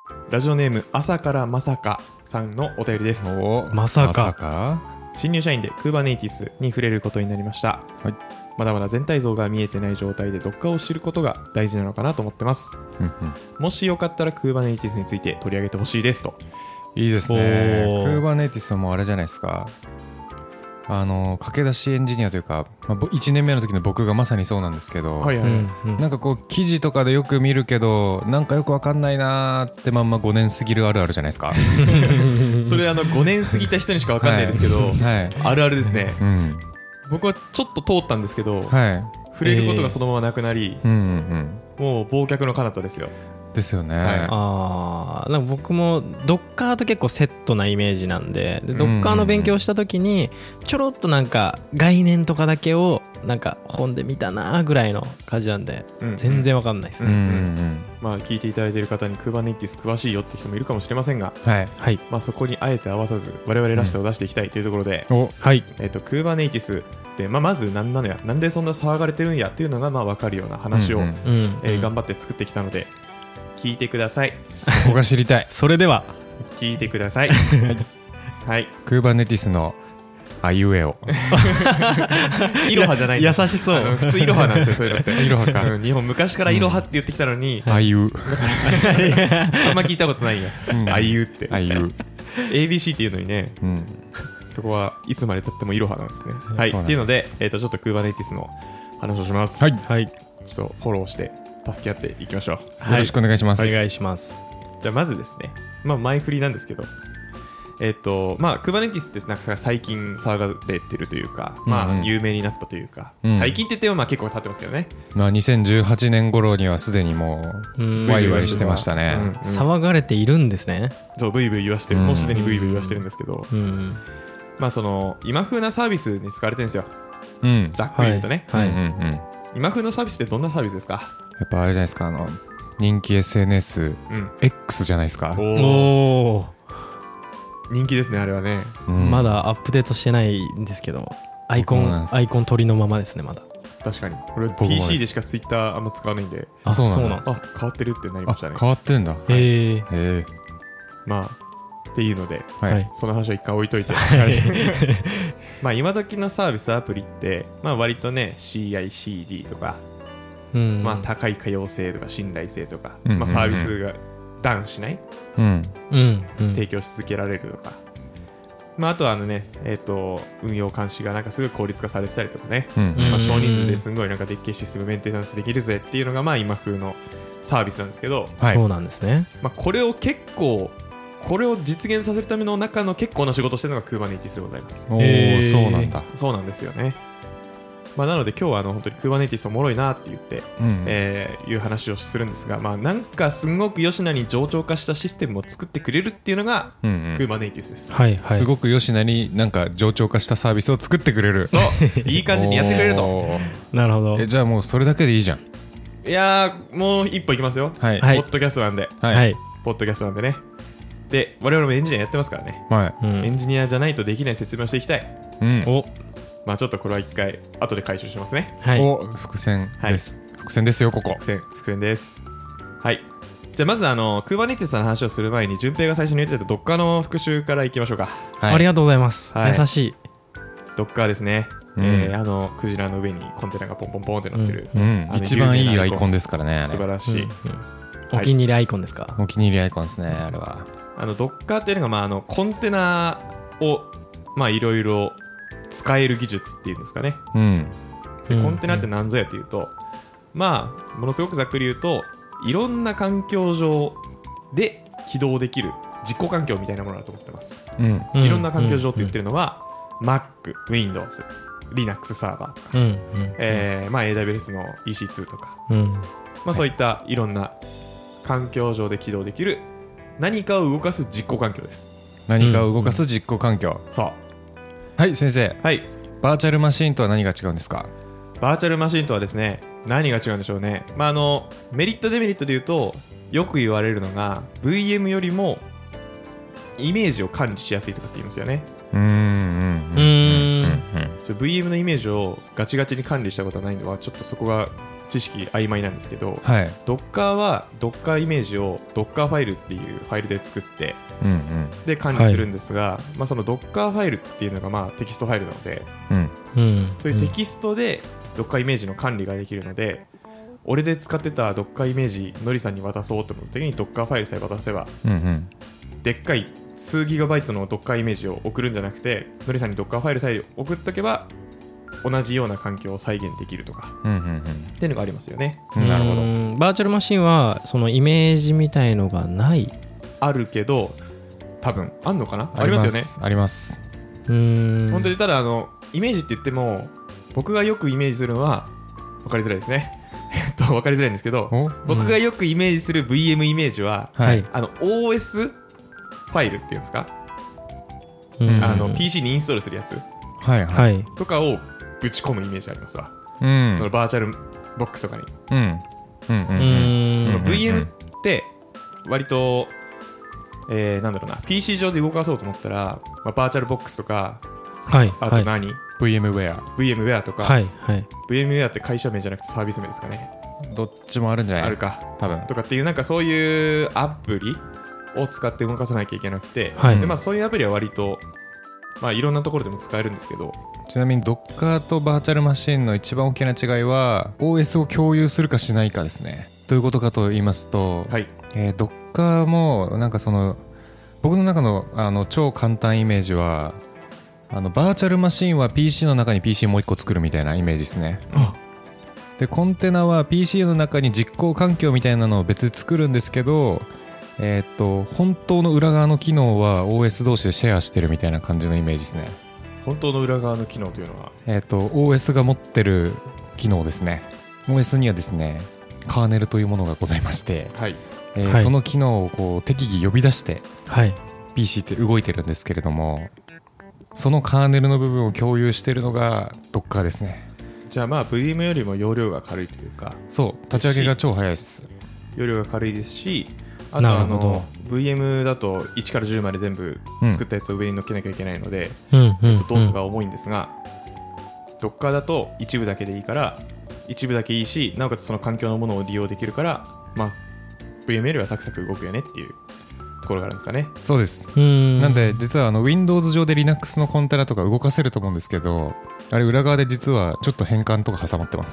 ラジオネーム朝からまさかさんのお便りです。 まさか新入社員で Kubernetes に触れることになりました、 はい、 まだまだ全体像が見えてない状態で Docker を知ることが大事なのかなと思ってます。もしよかったら Kubernetes について取り上げてほしいですと。 いいですね。Kubernetes はもうあれじゃないですか、駆け出しエンジニアというか、1年目の時の僕がまさにそうなんですけど、 はいはい、 なんかこう記事とかでよく見るけどなんかよくわかんないなーってまんま5年過ぎるあるあるじゃないですかそれ5年過ぎた人にしかわかんないですけど、 はいあるあるですね、 うん僕はちょっと通ったんですけど、 はい触れることがそのままなくなり、もう忘却の彼方ですよ。 ですよね、 はいなんか僕もドッカーと結構セットなイメージなんで、ドッカーの勉強した時にちょろっとなんか概念とかだけをなんか本で見たなぐらいの感じなんで、全然わかんないですね。 まあ聞いていただいている方に Kubernetes 詳しいよって人もいるかもしれませんが、 はいはい、 まあそこにあえて合わさず我々らしさを出していきたいというところで、 はい、 Kubernetes ってまず何なのや、なんでそんな騒がれてるんやっていうのが分かるような話を頑張って作ってきたので聞いてください。 そこが知りたいそれでは聞いてくださいはい、 Kubernetes のあいうえをイロハじゃないんだ、 優しそう。 普通イロハなんですよそういうのってイロハか、 日本昔からイロハって言ってきたのに、 あいうあんま聞いたことないんや、あいうってあいう ABC っていうのにね、そこはいつまでたってもイロハなんですね。はい、っていうので、ちょっと Kubernetes の話をします。 はい、 はい、 ちょっとフォローして助け合っていきましょう。 よろしくお願いします。 お願いします。 じゃあまずですね、前振りなんですけど、Kubernetes ってなんか最近騒がれてるというか、有名になったというか、最近って言っても結構経ってますけどね。 2018年頃にはすでにもうワイワイしてましたね。 騒がれているんですね。 そうブイブイ言わしてる、もうすでにブイブイ言わしてるんですけど、その今風なサービスに使われてるんですよ、ざっくり言うとね。今風のサービスってどんなサービスですか？ やっぱあれじゃないですか、人気 SNS、X じゃないですか。 おー、 人気ですねあれはね。 まだアップデートしてないんですけど、アイコン鳥のままですねまだ。 確かにこれ PC でしか Twitter あんま使わないんで、 そうなんです。 変わってるってなりましたね。 変わってんだ。 へえ。 っていうので、その話は一回置いといて今時のサービスアプリって、割とね CI/CD とか、高い可用性とか信頼性とか、サービスがダウンしない、提供し続けられるとか、あとは運用監視がなんかすごい効率化されてたりとかね、少人数ですごいなんかでっけえシステムメンテナンスできるぜっていうのが今風のサービスなんですけど、 そうなんですね。 これを実現させるための中の結構な仕事をしてるのが Kubernetes でございます。 そうなんだ。 そうなんですよね。なので今日は本当に Kubernetes おもろいなって言って、いう話をするんですが、なんかすごく吉野に冗長化したシステムを作ってくれるっていうのが Kubernetes です。 すごく吉野になんか冗長化したサービスを作ってくれる。 そういい感じにやってくれると。 なるほど。 じゃあもうそれだけでいいじゃん。 いやもう一歩いきますよ。ポッドキャストなんで、ポッドキャストなんでね。で我々もエンジニアやってますからね、エンジニアじゃないとできない説明をしていきたい。ちょっとこれは一回後で回収しますね。 伏線です。伏線ですよここ。 伏線です。はい。じゃあまずKubernetes の話をする前に順平が最初に言ってた Docker の復習からいきましょうか。 ありがとうございます。優しい。 Docker ですね。クジラの上にコンテナがポンポンポンってなってる、 一番いいアイコンですからね。 素晴らしい。 お気に入りアイコンですか？ お気に入りアイコンですねあれは。 Docker っていうのがコンテナをいろいろ使える技術っていうんですかね。でコンテナって何ぞやというと、ものすごくざっくり言うといろんな環境上で起動できる実行環境みたいなものだと思ってます。いろんな環境上って言ってるのは Mac、Windows、Linux サーバーとか、AWS の EC2 とか、そういったいろんな環境上で起動できる何かを動かす実行環境です。 何かを動かす実行環境。 そうはい先生。 はい。 バーチャルマシンとは何が違うんですか？ バーチャルマシンとはですね、何が違うんでしょうね。メリットデメリットで言うとよく言われるのが VM よりもイメージを管理しやすいとかって言いますよね。VM のイメージをガチガチに管理したことはないのはちょっとそこが知識曖昧なんですけど、 はい、 Docker は Docker イメージを Docker ファイルっていうファイルで作って、 うんうん、 で管理するんですが、はい、まあ、その Docker ファイルっていうのがまあテキストファイルなので、 うん、 そういうテキストで Docker イメージの管理ができるので、俺で使ってた Docker イメージのりさんに渡そうと思った時に Docker ファイルさえ渡せば、 うんうん、 でっかい数ギガバイトの Docker イメージを送るんじゃなくて、のりさんに Docker ファイルさえ送っとけば同じような環境を再現できるとか、 うんうんうん、 っていうのがありますよね。 なるほど。バーチャルマシンはそのイメージみたいのがない？ あるけど多分あんのかな。ありますよね。 あります。 本当にただイメージって言っても僕がよくイメージするのは分かりづらいですね分かりづらいんですけど、僕がよくイメージする VM イメージは、 はい、 OS ファイルっていうんですか、PC にインストールするやつ、 はいはい、 とかをぶち込むイメージありますわ、 うん、 そのバーチャルボックスとかに、 その VM って割と、なんだろうな、 PC 上で動かそうと思ったら、まあ、バーチャルボックスとか、 はい、 あと何、 はい、VMware とか、 はいはい、 VMware って会社名じゃなくてサービス名ですかね。 どっちもあるんじゃない？ あるか多分とかっていう、なんかそういうアプリを使って動かさなきゃいけなくて、 はい、 でまあ、そういうアプリは割と、まあ、いろんなところでも使えるんですけど、 ちなみに Docker とバーチャルマシンの一番大きな違いは OS を共有するかしないかですね。どういうことかと言いますと、 はい、 Docker もなんかその僕の中の超簡単イメージはバーチャルマシンは PC の中に PC もう一個作るみたいなイメージですね。でコンテナは PC の中に実行環境みたいなのを別で作るんですけど、本当の裏側の機能は OS 同士でシェアしてるみたいな感じのイメージですね。 本当の裏側の機能というのは、 OS が持ってる機能ですね。 OS にはですねカーネルというものがございまして、 はい、 その機能をこう適宜呼び出して、 はい、 PC って動いてるんですけれども、そのカーネルの部分を共有しているのが Docker ですね。 じゃあまあ VM よりも容量が軽いというか、 そう立ち上げが超早いです。 容量が軽いですし、あとVM だと1から10まで全部作ったやつを上に乗っけなきゃいけないので、動作が重いんですが、Docker だと一部だけでいいから一部だけいいし、なおかつその環境のものを利用できるから、まあ、VM よりはサクサク動くよねっていうところがあるんですかね。 そうです。なんで実はWindows 上で Linux のコンテナとか動かせると思うんですけど、あれ裏側で実はちょっと変換とか挟まってます。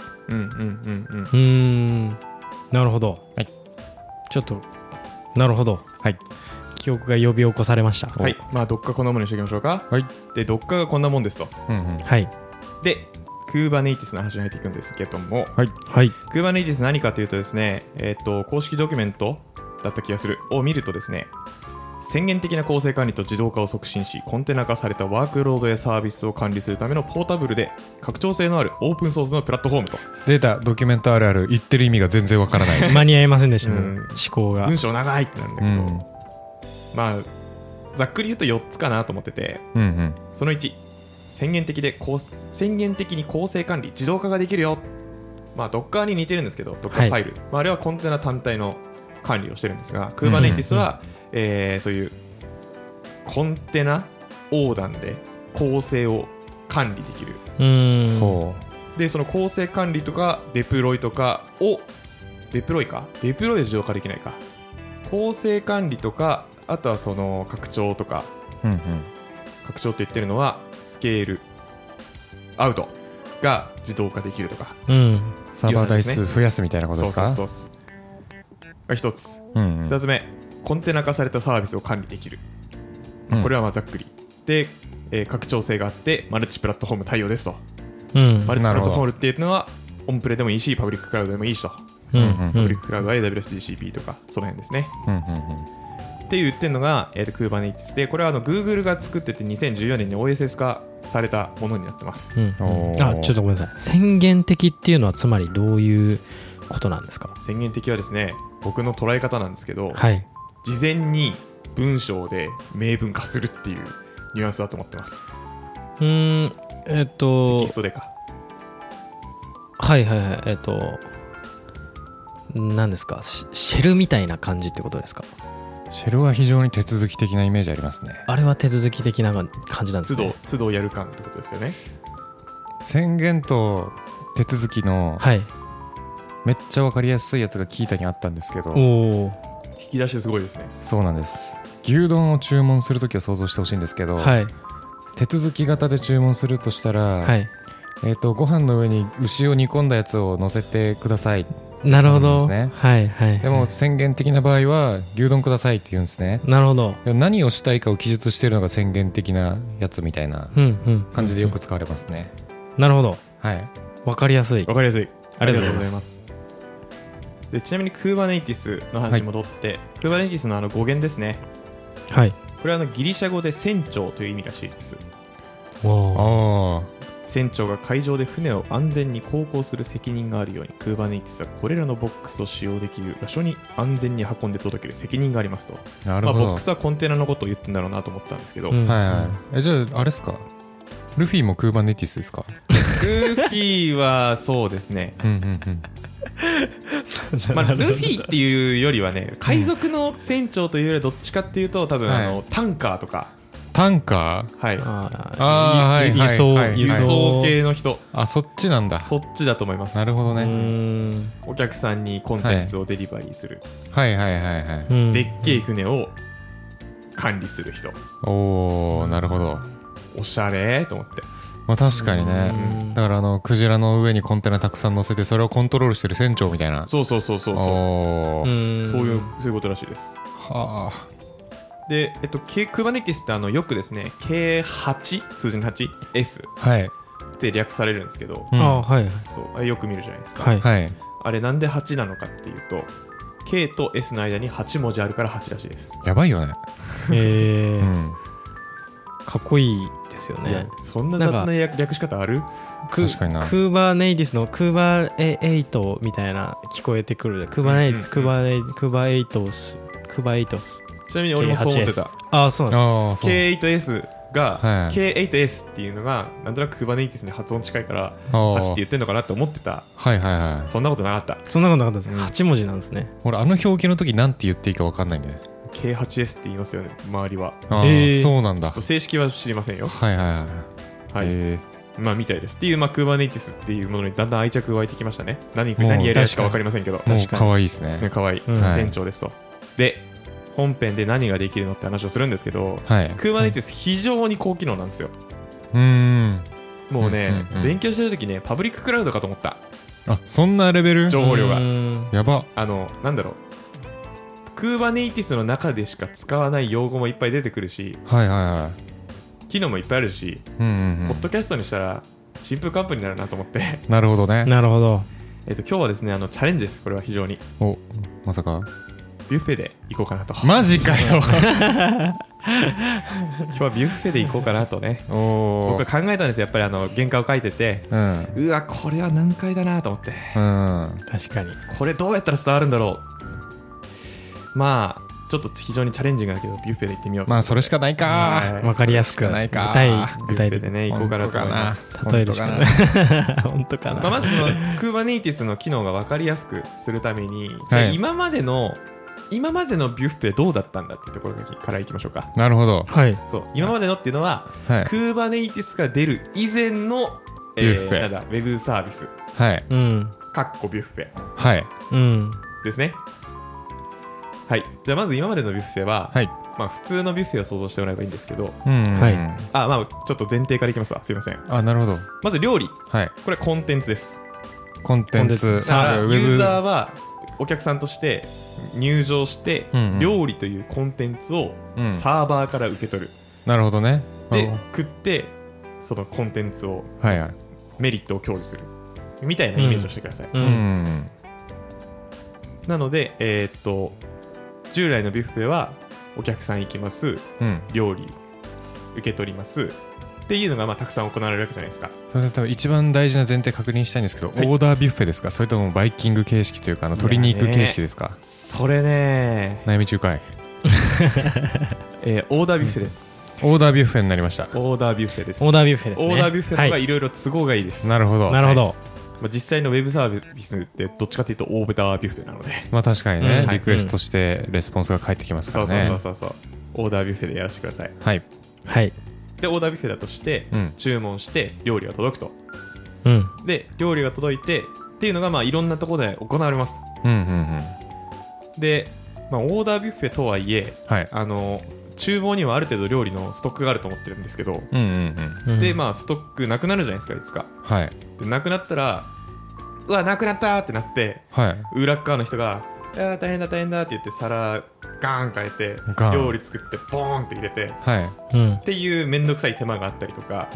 なるほど、はい、ちょっとなるほど、はい、記憶が呼び起こされました。 はい、まあ Docker こんなものにしておきましょうか。はい、で Docker がこんなもんですと、 はい、 で Kubernetes の話に入っていくんですけども、 はいはい、 Kubernetes 何かというとですね、公式ドキュメントだった気がするを見るとですね、宣言的な構成管理と自動化を促進し、コンテナ化されたワークロードやサービスを管理するためのポータブルで拡張性のあるオープンソースのプラットフォームと。 データドキュメントあるある言ってる意味が全然わからない間に合いませんでした、思考が。 文章長いってなんだけど、まあざっくり言うと4つかなと思ってて、その1、宣言的に構成管理自動化ができるよ。まあ Docker に似てるんですけど、Docker ファイル、まあ、あれはコンテナ単体の管理をしてるんですが、Kubernetes は、そういうコンテナ横断で構成を管理できる。でその構成管理とかデプロイとかをデプロイで自動化できないか、構成管理とか、あとはその拡張とか、拡張って言ってるのはスケールアウトが自動化できるとか、 サーバー台数増やすみたいなことですか。 そうが一つ、2つ目、コンテナ化されたサービスを管理できる、これはまあざっくりで、拡張性があってマルチプラットフォーム対応ですと。マルチプラットフォームっていうのはオンプレでもいいしパブリッククラウドでもいいしと、パブリッククラウドは AWS、GCP とかその辺ですね、って言ってるのが、Kubernetes で、これはGoogle が作ってて2014年に OSS 化されたものになってます。 あ、ちょっとごめんなさい、宣言的っていうのはつまりどういうことなんですか。 宣言的はですね、僕の捉え方なんですけど、 はい、 事前に文章で明文化するっていうニュアンスだと思ってます。テキストでか。 はいはいはい、何ですか、シェルみたいな感じってことですか。 シェルは非常に手続き的なイメージありますね。 あれは手続き的な感じなんですね。 都度やる感ってことですよね。 宣言と手続きのめっちゃ分かりやすいやつがキータにあったんですけど、 お引き出しすごいですね。 そうなんです。牛丼を注文するときは想像してほしいんですけど、 はい、 手続き型で注文するとしたら、 はい、 ご飯の上に牛を煮込んだやつを乗せてください。 なるほどですね。 はいはい。 でも宣言的な場合は牛丼くださいって言うんですね。 なるほど。 何をしたいかを記述しているのが宣言的なやつみたいな感じでよく使われますね。 なるほど。 はい。 わかりやすい。 わかりやすい。 ありがとうございます。 でちなみに Kubernetes の話に戻って、Kubernetes の語源ですね。 はい。 これはギリシャ語で船長という意味らしいです。 おー。 船長が海上で船を安全に航行する責任があるように Kubernetes はこれらのボックスを使用できる場所に安全に運んで届ける責任がありますと。 なるほど。 ボックスはコンテナのことを言ってんだろうなと思ったんですけど、 はいはい。じゃああれですか、ルフィも Kubernetes ですか？ ルフィはそうですね。ルフィっていうよりはね、海賊の船長というよりはどっちかっていうと多分タンカーとか。 タンカー、 はい、 輸送系の人。 そっちなんだ。 そっちだと思います。 なるほどね。 お客さんにコンテンツをデリバリーする。でっけえ船を管理する人。 おー、なるほど。 おしゃれと思って。 まあ確かにね。だからクジラの上にコンテナたくさん乗せてそれをコントロールしてる船長みたいな。 そうそういうことらしいです。 はあ。 で、Kubernetes ってよくですね、K8 数字の 8S って略されるんですけど、そうよく見るじゃないですか。あれなんで8なのかっていうと、K と S の間に8文字あるから8らしいです。 やばいよね。 かっこいいですよね。 そんな雑な略し方ある？ 確かにな。 Kubernetes の Kubernetes みたいな聞こえてくる。Kubernetes、Kubernetes。 ちなみに俺もそう思ってた。 そうなんです。 K8S が K8S っていうのがなんとなく Kubernetes に発音近いから8って言ってんのかなって思ってた。そんなことなかった。 そんなことなかったですね。8文字なんですね。 俺表記の時なんて言っていいか分かんないんだよね。 K8S って言いますよね、周りは。 そうなんだ。 正式は知りませんよ。まあみたいですっていう、Kubernetes っていうものにだんだん愛着が湧いてきましたね。何やりやすか分かりませんけど、 もう可愛いですね。 可愛い船長ですと。で本編で何ができるのって話をするんですけど、Kubernetes 非常に高機能なんですよ。もうね、勉強してる時ね、パブリッククラウドかと思った。 そんなレベル？ 情報量がやば。 なんだろう、Kubernetes の中でしか使わない用語もいっぱい出てくるし、機能もいっぱいあるし、ポッドキャストにしたらチンプカンプになるなと思って。 なるほどね。 なるほど。 今日はですね、チャレンジです。これは非常に。 まさかビュッフェで行こうかなと。 マジかよ。 今日はビュッフェで行こうかなとね。僕は考えたんですよ。やっぱり原価を書いてて、うわこれは難解だなと思って。 確かにこれどうやったら伝わるんだろう。まあちょっと非常にチャレンジングだけどビュッフェで行ってみよう。 それしかないか。 わかりやすく具体でね行こうかなと思います。 例えるしかない。本当かな。 まずその Kubernetes の機能が分かりやすくするために、じゃあ今までのビュッフェどうだったんだっていうところからいきましょうか。 なるほど。 そう今までのっていうのは、Kubernetes が出る以前のビュッフェ、 ウェブサービス、かっこビュッフェ、ですね。じゃあまず今までのビュッフェは、普通のビュッフェを想像してもらえばいいんですけど、ちょっと前提からいきますわ。すいません。 なるほど。 まず料理、これコンテンツです。 コンテンツ。 ユーザーはお客さんとして入場して、料理というコンテンツをサーバーから受け取る。 なるほどね。 で食ってそのコンテンツを、メリットを享受するみたいなイメージをしてください。なので従来のビュッフェはお客さん行きます、料理受け取りますっていうのがたくさん行われるわけじゃないですか。 それ多分一番大事な前提確認したいんですけど、オーダービュッフェですか、それともバイキング形式というか鶏肉形式ですか？ それね悩み中かい。 オーダービュッフェです。 オーダービュッフェになりました。 オーダービュッフェです。 オーダービュッフェですね。 オーダービュッフェの方がいろいろ都合がいいです。 なるほど。 なるほど。 実際のウェブサービスってどっちかというとオーダービュッフェなので、 確かにね、リクエストしてレスポンスが返ってきますからね。 そうオーダービュッフェでやらせてください。でオーダービュッフェだとして、注文して料理が届くと、で料理が届いてっていうのがまあいろんなところで行われます。で、まあ、オーダービュッフェとはいえ、はい、厨房にはある程度料理のストックがあると思ってるんですけど、でまあストックなくなるじゃないですか、いつか、はい、でなくなったらうわなくなったってなって、はい、裏っ側の人が大変だ大変だって言って皿ガーン変えて料理作ってボーンって入れて、はい、っていうめんどくさい手間があったりとか、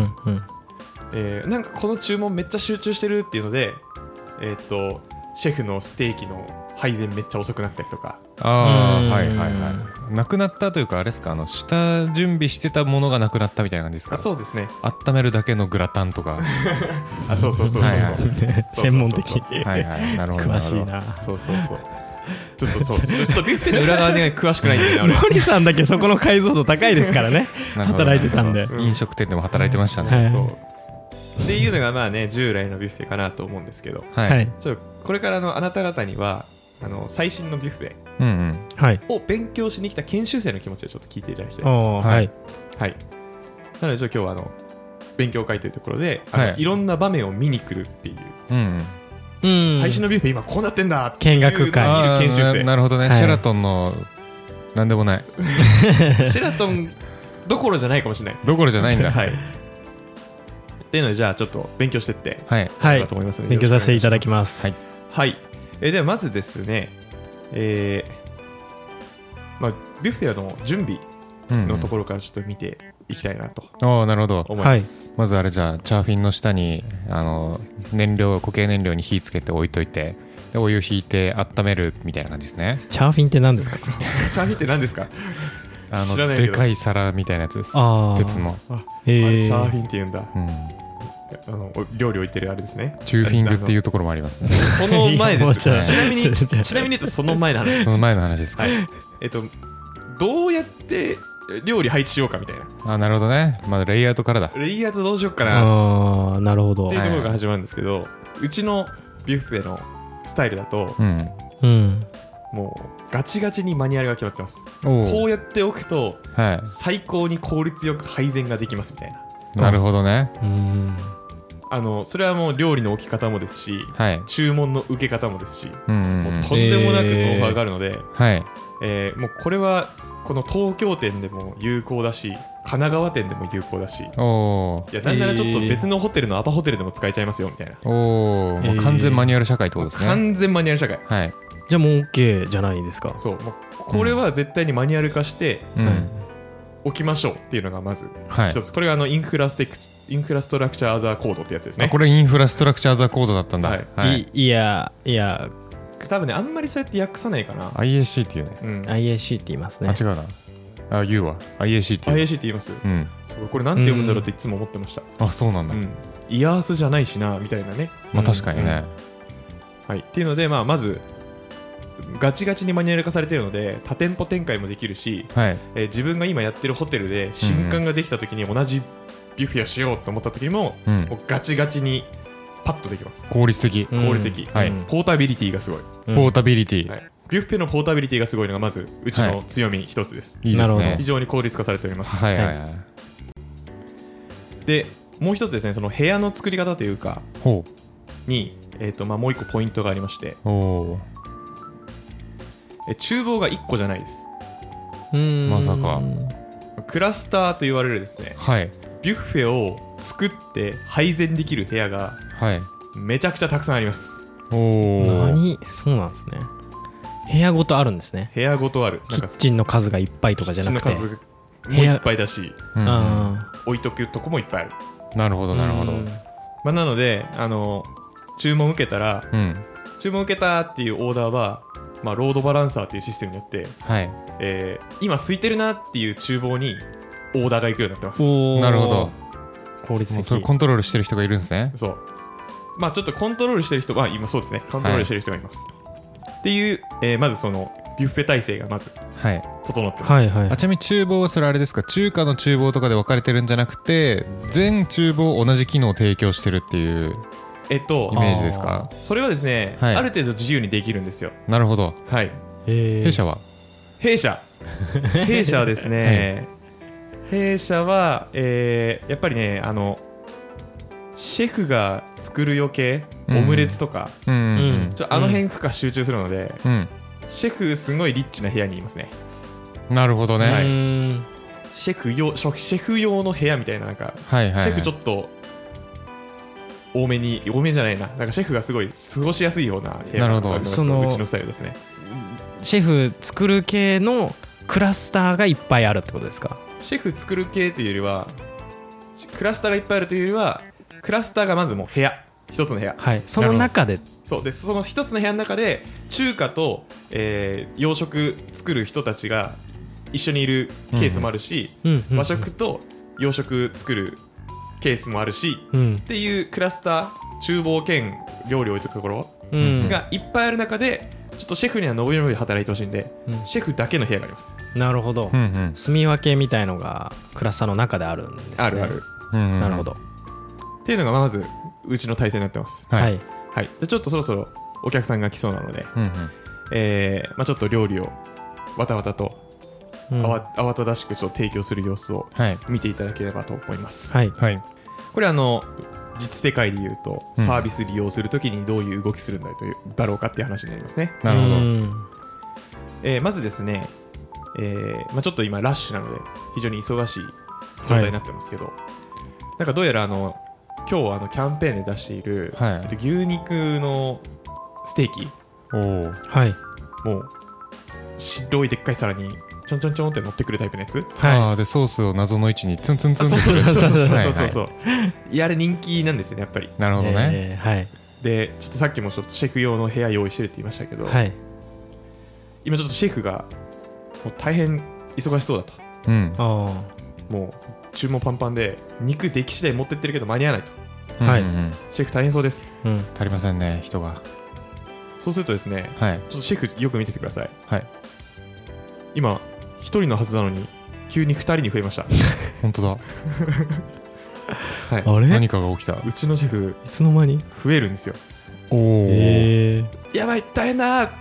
なんかこの注文めっちゃ集中してるっていうので、シェフのステーキの配膳めっちゃ遅くなったりとか、 はいはいはい、なくなったというかあれですか、下準備してたものがなくなったみたいな感じですか。 そうですね、 温めるだけのグラタンとかあ、そうそうそうそう、はいはい、 専門的、 はいはい、なるほど、 詳しいな。 そうそうそう、ちょっとビュッフェの裏側で詳しくないんだよね。 森さんだけそこの解像度高いですからね働いてたんで、 飲食店でも働いてましたね、はい、 そうっていうのがまあね従来のビュッフェかなと思うんですけど、はい、ちょっとこれからのあなた方には最新のビュッフェを勉強しに来た研修生の気持ちでちょっと聞いていただきたいです。はい、はい、なので今日は勉強会というところでいろんな場面を見に来るっていう、最新のビュッフェ今こうなってんだっていう見学会研修生。 なるほどね、はい、シェラトンのなんでもないシェラトンどころじゃないかもしれない。 どころじゃないんだはいっていうのでじゃあちょっと勉強してってはい、はい、勉強させていただきます。 はい、はい、ではまずですね、まあ、ビュッフェの準備のところからちょっと見ていきたいなと思います。 なるほど、はい、まずあれじゃあチャーフィンの下に固形燃料に火つけて置いといて、でお湯引いて温めるみたいな感じですね。 チャーフィンって何ですか？ チャーフィンって何ですか？ でかい皿みたいなやつです。鉄の。 チャーフィンって言うんだ。料理置いてるあれですね。 チューフィングっていうところもありますね。 その前です。ちなみに言うとその前の話です。 その前の話ですか。 はい、どうやって料理配置しようかみたいな。 なるほどね。まずレイアウトからだ。 レイアウトどうしようかな。 なるほど。 っていうところが始まるんですけど、うちのビュッフェのスタイルだと、もうガチガチにマニュアルが決まってます。こうやっておくと、最高に効率よく配膳ができますみたいな。 なるほどね。 それはもう料理の置き方もですし、注文の受け方もですし、もうとんでもなくノウハウがあるので、もうこれはこの東京店でも有効だし、神奈川店でも有効だし、いやなんならちょっと別のホテルのアパホテルでも使えちゃいますよみたいな。 もう完全マニュアル社会ってことですね。 完全マニュアル社会。 はい。じゃあもう OK じゃないですか。 そう、もうこれは絶対にマニュアル化して置きましょうっていうのがまず一つ。これがインフラストラクチャーアザーコードってやつですね。 これインフラストラクチャーアザーコードだったんだ。 いや多分ね、あんまりそうやって訳さないかな。 IAC っていうね。 IAC って言いますね。 違うな。言うわ。IAC って言う。 IAC って言います。これなんて読むんだろうっていつも思ってました。 そうなんだ。 イヤースじゃないしなみたいなね。 確かにね。 はい、っていうので、まずガチガチにマニュアル化されているので多店舗展開もできるし、自分が今やってるホテルで新館ができた時に同じビュッフェをしようと思った時にも、もうガチガチにパッとできます。 効率的。 ポータビリティがすごい。 ポータビリティ、 ビュッフェのポータビリティがすごいのがまずうちの強み一つです。 いいですね。 非常に効率化されております。でもう一つですね、その部屋の作り方というかに、もう一個ポイントがありまして、厨房が1個じゃないです。 まさか。 クラスターと言われるですね、ビュッフェを作って配膳できる部屋がめちゃくちゃたくさんあります。 そうなんですね。部屋ごとあるんですね。 部屋ごとある。 キッチンの数がいっぱいとかじゃなくて、 キッチンの数もいっぱいだし、置いとくとこもいっぱいある。 なるほどなるほど。 なので注文受けたら、注文受けたっていうオーダーは、ロードバランサーっていうシステムによって、今空いてるなっていう厨房にオーダーが行くようになってます。 なるほど。 効率的。 それコントロールしてる人がいるんですね。 そう。ちょっとコントロールしてる人は今そうですね。コントロールしてる人がいます。っていう、まずそのビュッフェ体制がまず整ってます。 ちなみに厨房はそれあれですか、中華の厨房とかで分かれてるんじゃなくて全厨房同じ機能を提供してるっていうイメージですか？ それはですね、ある程度自由にできるんですよ。 なるほど。弊社は弊社はですね、弊社は、やっぱりねシェフが作る余計オムレツとか、 うん、 あの辺負荷集中するので、シェフすごいリッチな部屋にいますね。 なるほどね、はい、 シェフ用の部屋みたいな、なんか、はいはいはい、シェフちょっと多めじゃないな、なんかシェフがすごい過ごしやすいような部屋がうちのスタイルですね。 シェフ作る系のクラスターがいっぱいあるってことですか？ シェフ作る系というよりは、クラスターがいっぱいあるというよりは、クラスターがまずもう部屋、一つの部屋、 はい、その中で、 そうで、その一つの部屋の中で中華と、洋食作る人たちが一緒にいるケースもあるし、和食と洋食作るケースもあるし、っていうクラスター、厨房兼料理を置いておくところがいっぱいある中で、ちょっとシェフにはのびのび働いてほしいんで、シェフだけの部屋があります。 なるほど、住み分けみたいのがクラスターの中であるんですね。 あるある、 なるほど。 っていうのがまずうちの体制になってます。 はい、 はい、でちょっとそろそろお客さんが来そうなので、ちょっと料理をわたわたと慌ただしくちょっと提供する様子を見ていただければと思います。 はいはい、 これ実世界でいうとサービス利用するときにどういう動きするんだろうかっていう話になりますね。 なるほど。まずですね、ちょっと今ラッシュなので非常に忙しい状態になってますけど、なんかどうやら今日キャンペーンで出している、牛肉のステーキ、もう白いでっかい皿にちょんちょんちょんって乗ってくるタイプのやつ、 でソースを謎の位置にツンツンツンってする。 そうあれ人気なんですよね、やっぱり。 なるほどね。 でちょっとさっきもちょっとシェフ用の部屋用意してるって言いましたけど、今ちょっとシェフがもう大変忙しそうだと、もう注文パンパンで肉出来次第持ってってるけど間に合わないと、シェフ大変そうです、 足りませんね、人が。 そうするとですね、ちょっとシェフよく見ててください。今1人のはずなのに急に2人に増えました。 本当だ。 あれ、 何かが起きた。 うちのシェフいつの間に増えるんですよ。やばい、大変だ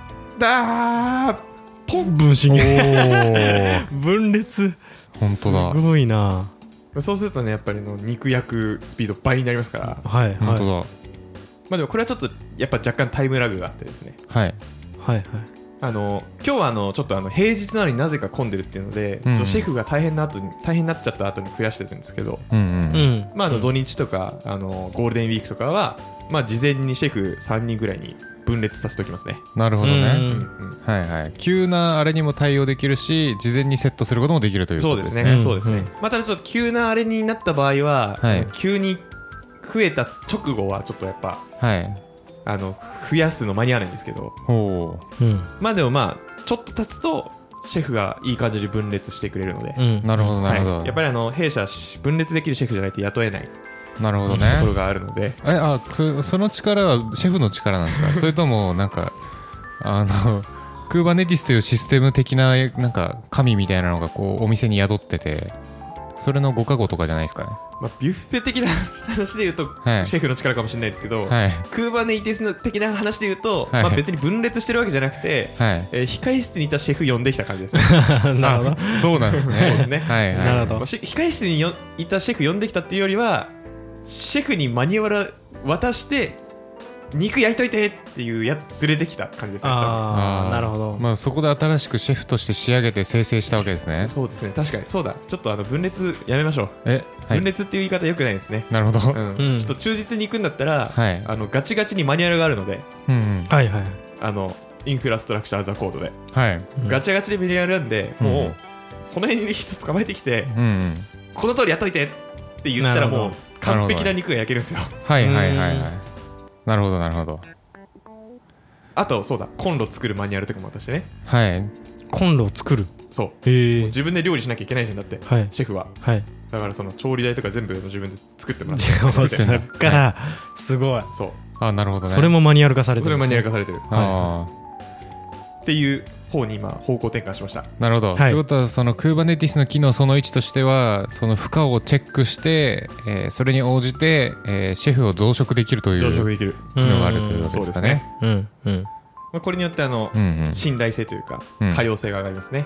ポン分子分裂。 本当だ、 すごいな。 そうするとね、やっぱり肉焼くスピード倍になりますから。 本当だ。 でもこれはちょっとやっぱ若干タイムラグがあってですね、今日はちょっと平日なのになぜか混んでるっていうので、シェフが大変になっちゃった後に増やしてるんですけど、土日とかゴールデンウィークとかは、事前にシェフ3人ぐらいに分裂させておきますね。 なるほどね。急なあれにも対応できるし、事前にセットすることもできるということですね。 そうですね。ただちょっと急なあれになった場合は、急に増えた直後はちょっとやっぱ、増やすの間に合わないんですけど、でもちょっと経つとシェフがいい感じで分裂してくれるので、 なるほどなるほど。 やっぱり弊社分裂できるシェフじゃないと雇えない、 なるほどね、 ところがあるので。 その力はシェフの力なんですか？それともなんかクーバネティスというシステム的ななんか神みたいなのがこうお店に宿ってて、それのご加護とかじゃないですかね。 ビュッフェ的な話で言うと、シェフの力かもしれないですけど、クーバネティス的な話で言うと、別に分裂してるわけじゃなくて、控室にいたシェフ呼んできた感じですね。 なるほど。そうなんですね。 そうですね。 なるほど。 控室にいたシェフ呼んできたっていうよりは、シェフにマニュアル渡して肉焼いといてっていうやつ連れてきた感じですね。 なるほど。 そこで新しくシェフとして仕上げて生成したわけですね。 そうですね、確かにそうだ。ちょっと分裂やめましょう。分裂っていう言い方よくないですね。 なるほど。ちょっと忠実に行くんだったら、ガチガチにマニュアルがあるので、インフラストラクチャーザコードで、ガチガチでマニュアルなんで、もうその辺に人捕まえてきて、この通りやっといてって言ったらもう完璧な肉が焼けるんですよ。 なるほどなるほど。 あとそうだ、コンロ作るマニュアルとかも私ね。 コンロを作る。 そう。自分で料理しなきゃいけないじゃん、だってシェフは。だからその調理台とか全部自分で作ってもらって。 そっからすごい。 そう。 なるほどね。 それもマニュアル化されてる。 それもマニュアル化されてる。っていう方に今方向転換しました。 なるほど。ということはその Kubernetes の機能その1としては、その負荷をチェックして、それに応じて、シェフを増殖できるという機能があるということですかね。 これによって信頼性というか可用性が上がりますね。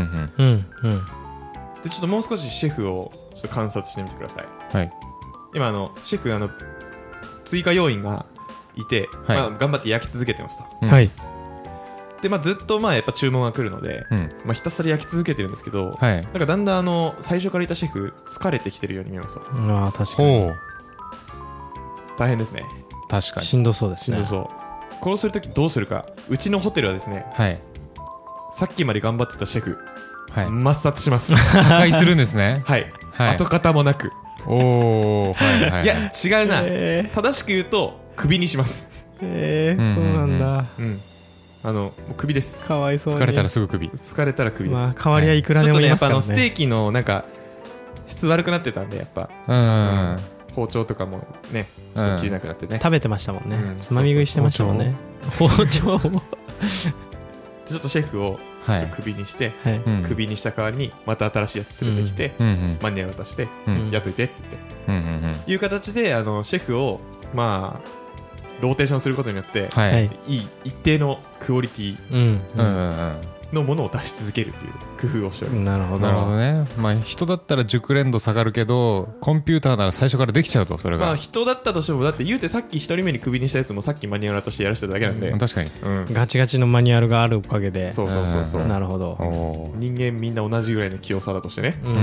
でちょっともう少しシェフをちょっと観察してみてください。今シェフ追加要員がいて、 はいまあ、頑張って焼き続けてますと。 うんはいで、まあ、ずっとまあやっぱ注文が来るので、 うんまあ、ひたすら焼き続けてるんですけど、 はい。 なんかだんだん最初からいたシェフ疲れてきてるように見えますと。 ああ確かにほう。 大変ですね。 確かに。 しんどそうですねしんどそう。こうするときどうするか。うちのホテルはですね、 はい。 さっきまで頑張ってたシェフ、 はい。 抹殺します。 破壊するんですね。 はい、 はい。 跡形もなく。 おー、はいはい。 いや違うな、正しく言うとクビにします。 そううんなんだうんもうクビです。 かわいそうに疲れたらすぐ首。 疲れたらクビです。 まあ代わりはいくらでちょっとねやっもいますからねぱステーキのなんか質悪くなってたんでやっぱ、 うん。 包丁とかもねうん切れなくなってね、 食べてましたもんね、 うんつまみ食いしてましたもんね包丁をちょっとシェフをはい。 クビにして、 はいうんクビにした代わりにまた新しいやつ連れてきて、 うんうん。 マニュアル渡して、 うん雇いてって言ってうんうんうん。 いう形でシェフをまあローテーションすることによって、 ははいい。 いい一定のクオリティうんうんうんうん。 のものを出し続けるっていう工夫をしております。 なるほどなるほどね。まあ人だったら熟練度下がるけど、コンピューターなら最初からできちゃうと、それまあが。 人だったとしてもだって言うてさっき1人目にクビにしたやつもさっきマニュアルとしてやらせてただけなんで、 確かに。 うんガチガチのマニュアルがあるおかげでそうそうそうそう、 うんなるほどおー。 人間みんな同じぐらいの器用さだとしてね、 うん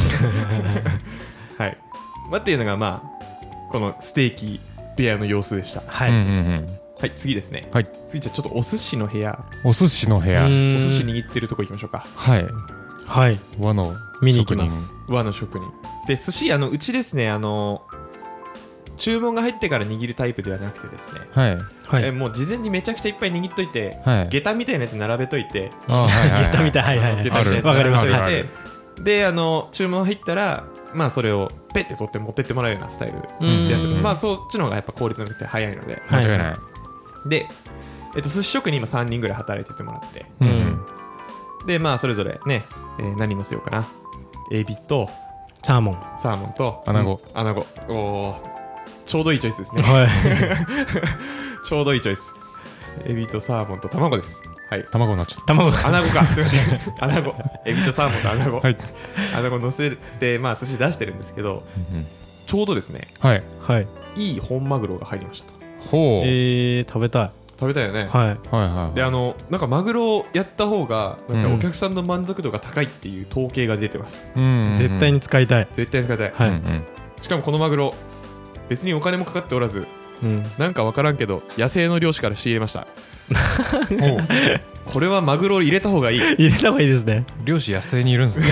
はい、まあ、っていうのがまあこのステーキ部屋の様子でした。 はい、 うんうんうん。 はい、次ですね。 はい。 次じゃあちょっとお寿司の部屋、 お寿司の部屋。 おうん寿司握ってるとこ行きましょうか。 はい。 はい和の見に行きます和の職人で、寿司うちですね注文が入ってから握るタイプではなくてですね、 はい。 はいもう事前にめちゃくちゃいっぱい握っといて、 はい。 下駄みたいなやつ並べといて、 あーはいはいはい下駄みたいはいはいはい下駄みたいなやつわかります並べといあるて、で注文入ったらまあそれをペッて取って持ってってもらうようなスタイルうんでやってます。 うんまあそっちの方がやっぱ効率が良くて早いので、 間違いない。 で寿司職人今3人ぐらい働いててもらって、 うんうんでまあそれぞれね、何乗せようかな、エビとサーモンサーモンとアナゴアナゴ、おーちょうどいいチョイスですね。 はいちょうどいいチョイス。エビとサーモンと卵です。はい。 卵になっちゃっ卵アナゴか。すみません。アナゴ。エビとサーモンとアナゴ。 はいアナゴ乗せて、まあ寿司出してるんですけど、 た。うんちょうどですね、 はい。 はいいい本マグロが入りましたと。 ほう。 食べたい食べたいよね。 はいはいはい。 で、なんかマグロをやった方が、なんかうんお客さんの満足度が高いっていう統計が出てます。 うん絶対に使いたい絶対に使いたい。 はいうんうんしかもこのマグロ、別にお金もかかっておらず、 うんなんかわからんけど、野生の漁師から仕入れました。 ほう。 これはマグロを入れた方がいいっ入れた方がいいですね漁師野生にいるんですね。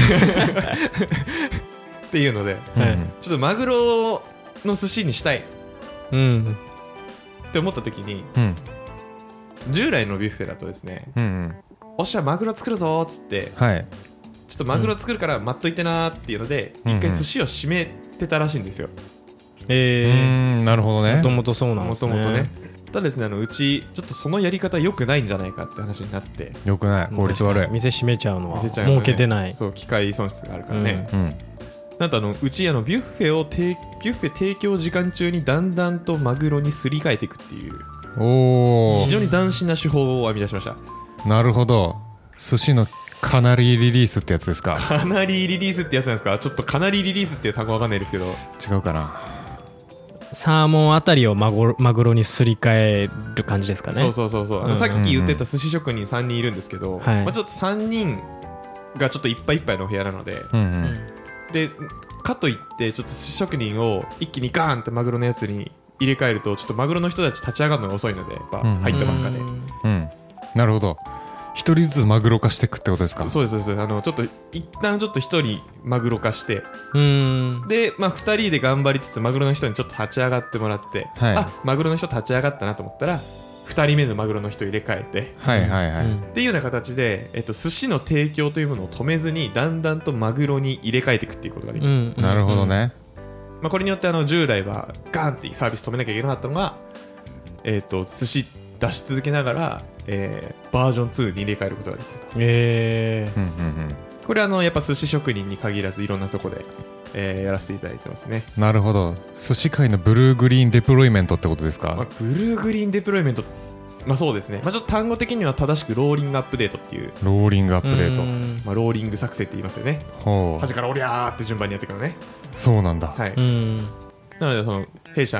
ていうので、 はいうんちょっとマグロの寿司にしたいっうんて思った時に、 うん従来のビュッフェだとですね、 うんうん。 おっしゃマグロ作るぞーっつってはい。 ちょっとマグロ作るから待っといてなーっていうので、 うん一回寿司を閉めてたらしいんですよ、 うーんなるほどねもと。もとそうなんもですねともとね。ただですねうちちょっとそのやり方良くないんじゃないかって話になって、 よくない。効率悪い。 店閉めちゃうのは店ちゃうよね儲けてないそう機械損失があるからね、 うん。 なんとうちビュッフェ提供時間中にだんだんとマグロにすり替えていくっていうお非常に斬新な手法を編み出しました。 お。なるほど。寿司のかなりリリースってやつですか。 かなりリリースってやつなんですか。ちょっとかなりリリースっていう単語わかんないですけど、 違うかな。 サーモンあたりをマグロにすり替える感じですかねそうそうそうそう、 うんさっき言ってた寿司職人3人いるんですけど、 はいまあ、ちょっと3人がちょっといっぱいいっぱいのお部屋なので、 うんう。 うんんでかといってちょっと寿司職人を一気にガーンってマグロのやつに入れ替えるとちょっとマグロの人たち立ち上がるのが遅いのでやっぱうん入ったばっかで、 うん。なるほど。一人ずつマグロ化していくってことですか。 そうですそうです。ちょっと一旦ちょっと1人マグロ化してうんで、まあ、2人で頑張りつつマグロの人にちょっと立ち上がってもらって、 はいあマグロの人立ち上がったなと思ったら2人目のマグロの人入れ替えてはいはいはい。 っていうような形で、寿司の提供というものを止めずにだんだんとマグロに入れ替えていくっていうことができる、 なるほどね。 まあ、これによって従来はガーンってサービス止めなきゃいけなかったのが、寿司出し続けながら、バージョン2に入れ替えることができると。 うんうんうん。 これやっぱ寿司職人に限らずいろんなとこで、やらせていただいてますね、 なるほど。寿司界のブルーグリーンデプロイメントってことですまあか。 ブルーグリーンデプロイメント、まあそうですね、まあ、ちょっと単語的には正しくローリングアップデートっていう、 ローリングアップデート。 まあ、ローリング作成って言いますよね。 ほ端からおりゃーって順番にやっていくのね。 う。そうなんだ。 はい、 うんなので弊社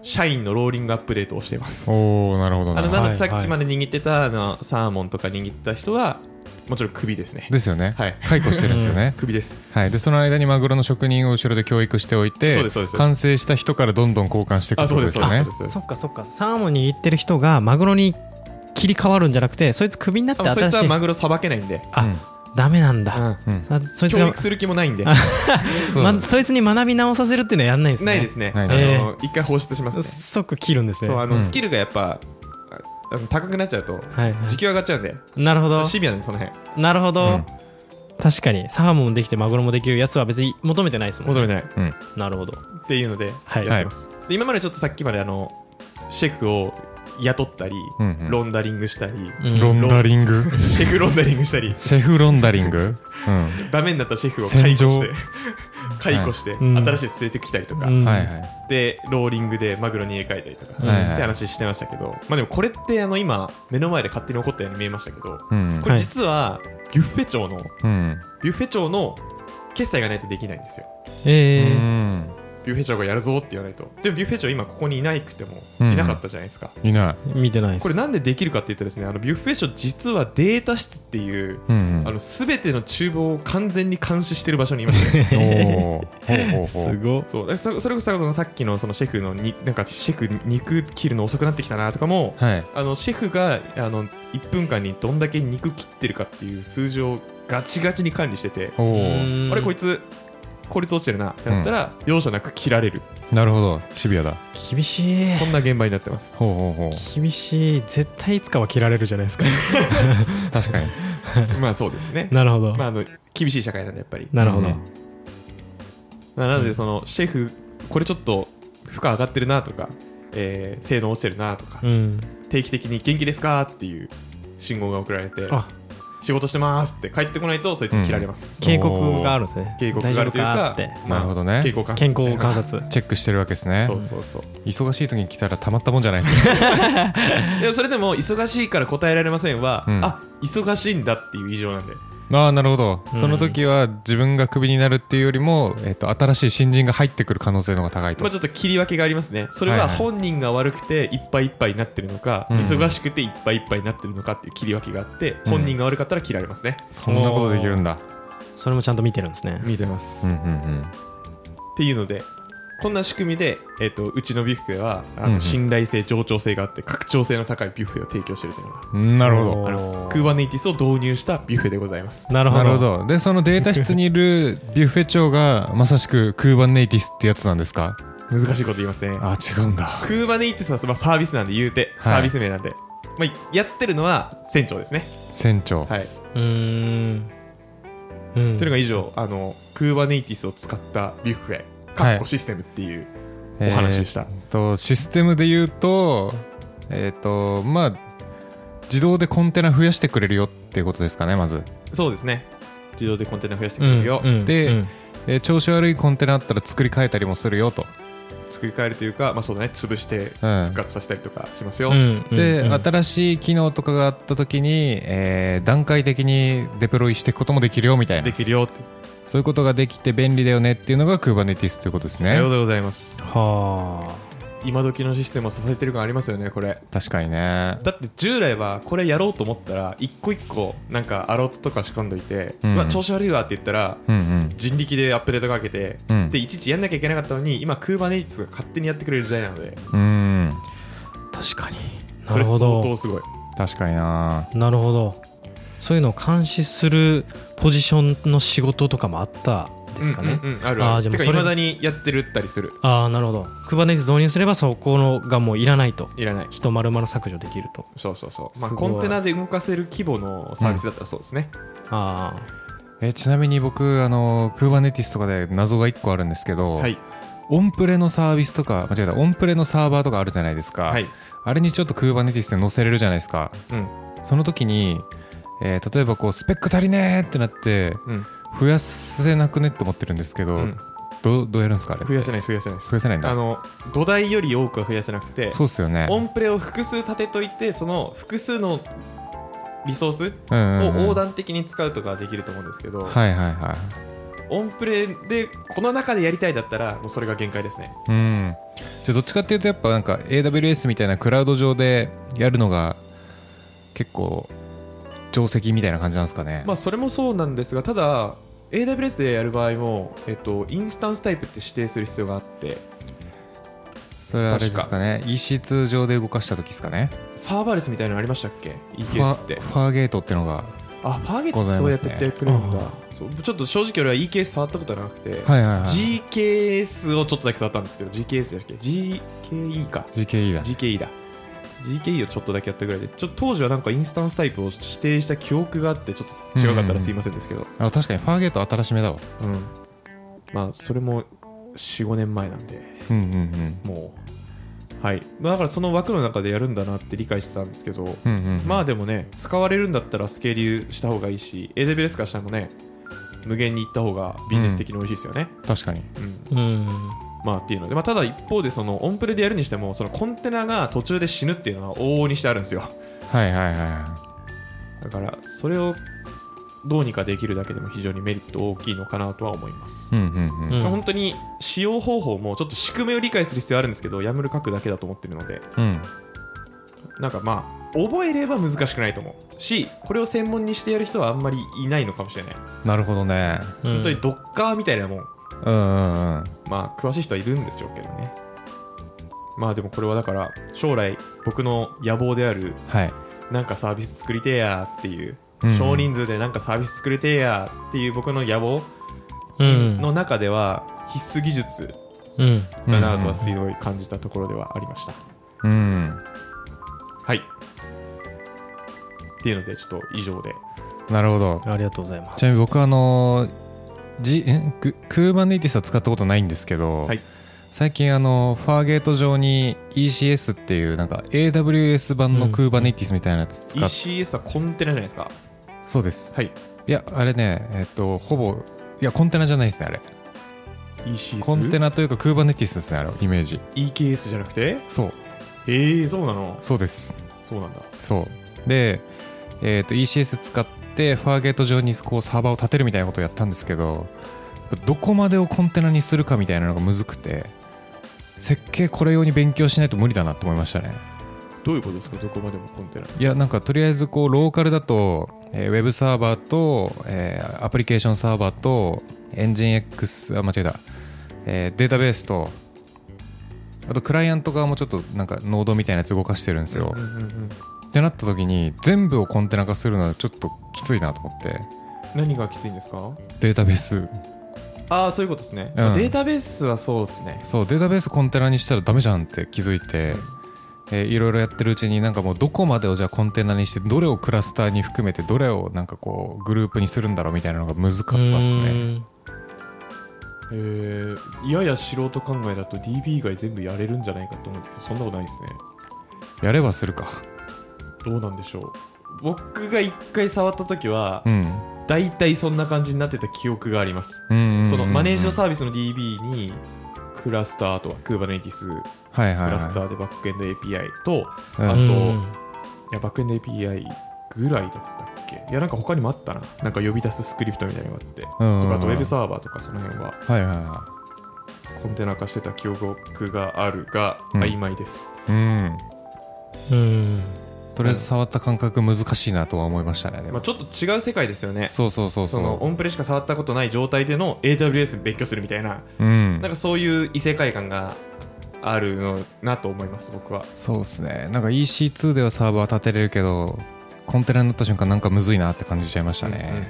社員のローリングアップデートをしています。 おー、なるほどな。 なのでさっきまで握ってたサーモンとか握ってた人はもちろん首ですね。 ですよね。 はい、 解雇してるんですよね。 首です。 はい。でその間にマグロの職人を後ろで教育しておいて、完成した人からどんどん交換していくことですよね。 そっかそっか。サーモン握ってる人がマグロに切り替わるんじゃなくて、そいつ首になって新しい。 そいつはマグロさばけないんで。 ダメなんだ。 そいつ教育する気もないんでそいつに学び直させるっていうのはやんないんですね。 ないですね。一回放出しますね。 即切るんですね。 そうスキルがやっぱ高くなっちゃうと時給上がっちゃうんで。 なるほど。 シビアねその辺。 なるほど。確かにサーモンもできてマグロもできるやつは別に求めてないですもんね。 求めてない。 なるほど。 っていうのでやってます。で今までちょっとさっきまでシェフを雇ったり、ロンダリングしたり、 ロンダリングシェフロンダリングしたり、 シェフロンダリング、 ダメになったシェフを解雇して新しい連れてきたりとか、でローリングでマグロに入れ替えたりとかって話してましたけど、まあでもこれって今目の前で勝手に起こったように見えましたけど、これ実はビュッフェ長の決済がないとできないんですよ。ビュッフェ長がやるぞって言わないと。でもビュッフェ長今ここにいなくてもいなかったじゃないですか。 いない。 見てないです。 これなんでできるかっていうとですね、ビュッフェ長実はデータ室っていう全ての厨房を完全に監視してる場所にいましたよ。 すごい。 そうそれこそさっきのそのシェフのなんかシェフ肉切るの遅くなってきたなとかも、シェフが1分間にどんだけ肉切ってるかっていう数字をガチガチに管理してて、あれこいつ効率落ちてるなってなったら、容赦なく切られる。 なるほど、シビアだ。 厳しい。 そんな現場になってます。 厳しい。絶対いつかは切られるじゃないですか。 確かに。 まあそうですね。 なるほど。 厳しい社会なんでやっぱり。 なるほど。 なのでそのシェフこれちょっと負荷上がってるなとか、性能落ちてるなとか、定期的に元気ですかっていう信号が送られて、仕事してますって帰ってこないとそいつに切られます。 警告があるんですね。 警告があるというか、 なるほどね。 健康観察チェックしてるわけですね。 そう忙しい時に来たらたまったもんじゃないですよ。 でもそれでも忙しいから答えられませんは、忙しいんだっていう異常なんで。 なるほど。その時は自分がクビになるっていうよりも、新しい新人が入ってくる可能性の方が高いと。 ちょっと切り分けがありますね。それは本人が悪くていっぱいいっぱいになってるのか、忙しくていっぱいいっぱいになってるのかっていう切り分けがあって、本人が悪かったら切られますね。 そんなことできるんだ。 それもちゃんと見てるんですね。 見てます。っていうのでこんな仕組みで、うちのビュッフェは信頼性、冗長性があって拡張性の高いビュッフェを提供しているというのが、 なるほど、 Kubernetes を導入したビュッフェでございます。 なるほど。 でそのデータ室にいるビュッフェ長がまさしく Kubernetes ってやつなんですか？ 難しいこと言いますね。 違うんだ。 Kubernetes はサービスなんで言うて、サービス名なんで、やってるのは船長ですね。 船長。 はい。というのが以上Kubernetes を使ったビュッフェシステムっていうお話でした。 システムで言うと、自動でコンテナ増やしてくれるよっていうことですかね。まずそうですね。自動でコンテナ増やしてくれるよ。 で、調子悪いコンテナあったら作り変えたりもするよと。 作り変えるというか、そうだね、潰して復活させたりとかしますよ。 で、新しい機能とかがあった時に、段階的にデプロイしていくこともできるよみたいな。 できるよって、 そういうことができて便利だよねっていうのが Kubernetes ということですね。 さようでございます。 はあ。 今時のシステムを支えてる感ありますよね、これ。 確かにね。 だって従来はこれやろうと思ったら一個一個なんかアロートとか仕込んどいて、調子悪いわって言ったら、人力でアップデートかけて、でいちいちやんなきゃいけなかったのに、今 Kubernetes が勝手にやってくれる時代なので、 確かに。 それ相当すごい。 確かにな。 なるほど。そういうのを監視するポジションの仕事とかもあったですかね。 あるある。てか未だにやってるったりする。 なるほど。Kubernetes 導入すればそこのがもういらないと。 いらない。 人丸々削除できると。 そう。コンテナで動かせる規模のサービスだったらそうですね。 ちなみに僕Kubernetes とかで謎が1個あるんですけど、オンプレのサービスとかオンプレのサーバーとかあるじゃないですか。あれにちょっと Kubernetes で載せれるじゃないですか。その時に例えばスペック足りねーってなって、増やせなくねって思ってるんですけど、どうやるんですかあれ？ 増やせないんだ。土台より多くは増やせなくて、 そうですよね。 オンプレを複数立てといて、その複数のリソースを横断的に使うとかできると思うんですけど、 オンプレでこの中でやりたいだったらもうそれが限界ですね。 じゃあどっちかっていうとやっぱなんか AWS みたいなクラウド上でやるのが結構定石みたいな感じなんですかね。 まあそれもそうなんですが、ただ AWS でやる場合も、インスタンスタイプって指定する必要があって、 それはあれですかね、 EC2 上で動かした時ですかね。 サーバーレスみたいなのありましたっけ EKS って。 ファーゲートってのがファーゲートってそうやってやってくれるんだ。そうちょっと正直俺は EKS 触ったことなくて、GKS をちょっとだけ触ったんですけど、 GKS だっけ GKE か GKE だ GKE をちょっとだけやったぐらいで、ちょっと当時はなんかインスタンスタイプを指定した記憶があって、ちょっと違かったらすいませんですけど、 確かにファーゲート新しめだわ。 まあそれも 4,5 年前なんで、もうはい、だからその枠の中でやるんだなって理解してたんですけど、まあでもね、使われるんだったらスケールした方がいいし、 AWS からしたらもね無限にいった方がビジネス的に美味しいですよね。 確かに。 まあっていうので、ただ一方でそのオンプレでやるにしても、そのコンテナが途中で死ぬっていうのは往々にしてあるんですよ。だからそれをどうにかできるだけでも非常にメリット大きいのかなとは思います。本当に使用方法もちょっと仕組みを理解する必要あるんですけど、YAML 書くだけだと思ってるので、なんかまあ覚えれば難しくないと思うし、これを専門にしてやる人はあんまりいないのかもしれない。 なるほどね。 本当にドッカーみたいなもん、まあ詳しい人はいるんでしょうけどね。まあでもこれはだから将来僕の野望である、なんかサービス作りてえやっていう、少人数でなんかサービス作りてえやっていう僕の野望の中では必須技術だなとはすごい感じたところではありました。はいっていうのでちょっと以上で。 なるほど、 ありがとうございます。 ちなみに僕Kubernetes は使ったことないんですけど、最近ファーゲート上に ECS っていうなんか AWS 版の Kubernetes みたいなやつ使って、 ECS はコンテナじゃないですか。 そうです。いやあれね、ほぼいやコンテナじゃないですね、あれ。 ECS？ コンテナというか Kubernetes ですね、あれイメージ。 EKS じゃなくて？ そう。 そうなの？ そうです。 そうなんだ。 そうで、ECS 使ってファーゲート上にこうサーバーを立てるみたいなことをやったんですけど、どこまでをコンテナにするかみたいなのがむずくて、設計これ用に勉強しないと無理だなと思いましたね。 どういうことですか、どこまでもコンテナ？ いやなんかとりあえずこうローカルだと、ウェブサーバーと、アプリケーションサーバーとエンジン X 間違えた、データベースと、あとクライアント側もちょっとなんかノードみたいなやつ動かしてるんですよ。ってなった時に全部をコンテナ化するのはちょっときついなと思って。 何がきついんですか？ データベース。 そういうことですね、データベースはそうですね。 そう、データベースコンテナにしたらダメじゃんって気づいて、いろいろやってるうちになんかもうどこまでをじゃあコンテナにして、どれをクラスターに含めてどれをなんかこうグループにするんだろうみたいなのが難かったっすね。 やや素人考えだと DB 以外全部やれるんじゃないかと思うんですけど、そんなことないですね。 やればするか。 どうなんでしょう。僕が一回触った時は、だいたいそんな感じになってた記憶があります。そのマネージドサービスの DB にクラスターとは Kubernetes クラスターでバックエンド API と、あといやバックエンド API ぐらいだったっけ。いやなんか他にもあったな、なんか呼び出すスクリプトみたいなのがあって、とかあとウェブサーバーとかその辺はコンテナ化してた記憶があるが曖昧です。 とりあえず触った感覚難しいなとは思いましたね。 ちょっと違う世界ですよね。 そうそのオンプレしか触ったことない状態での AWS 勉強するみたいな、なんかそういう異世界観があるのなと思います、僕は。 そうですね。なんか EC2 ではサーバー立てれるけど、コンテナになった瞬間なんかむずいなって感じちゃいましたね。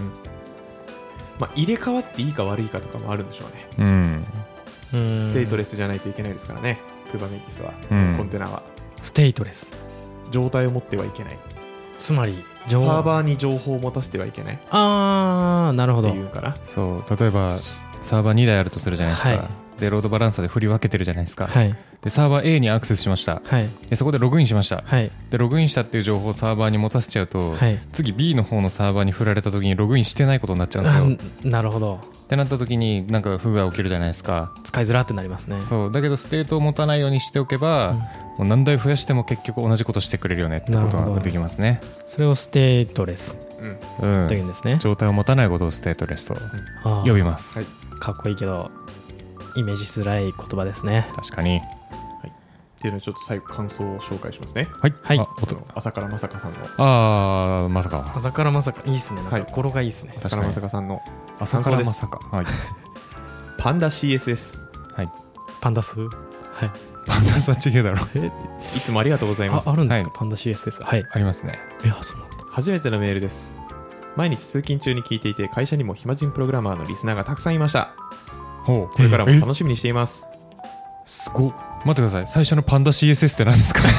入れ替わっていいか悪いかとかもあるんでしょうね。ステートレスじゃないといけないですからね、Kubernetes は、コンテナはステートレス状態を持ってはいけない。 つまりサーバーに情報を持たせてはいけない。 なるほど。 っていうかな。 そう、例えばサーバー2台あるとするじゃないですか。でロードバランサーで振り分けてるじゃないですか。でサーバー A にアクセスしました。でそこでログインしました。でログインしたっていう情報をサーバーに持たせちゃうと、次 B の方のサーバーに振られた時にログインしてないことになっちゃうんですよ。 なるほど。 ってなった時になんか不具合起きるじゃないですか。 使いづらってなりますね。 そうだけどステートを持たないようにしておけば、 もう何台増やしても結局同じことしてくれるよねってことができますね。 それをステートレスというんですね。 状態を持たないことをステートレスと呼びます。はい、 かっこいいけどイメージしづらい言葉ですね。 確かに。はい、 っていうのでちょっと最後感想を紹介しますね。 はい。はい。 朝からまさかさんの。 まさか。 朝からまさかいいですね。なんか語呂がいいですね。 朝からまさかさんの朝からまさか。はい。 パンダ CSS。 はい。 パンダス。はい。 パンダスは違うだろ。 いつもありがとうございます。 あるんですか、パンダ CSS。はい。 ありますね。 いや、そうなんだ。 初めてのメールです。毎日通勤中に聞いていて、会社にも暇人プログラマーのリスナーがたくさんいました。これからも楽しみにしています。 すごっ。待ってください。最初のパンダ CSS って何ですか？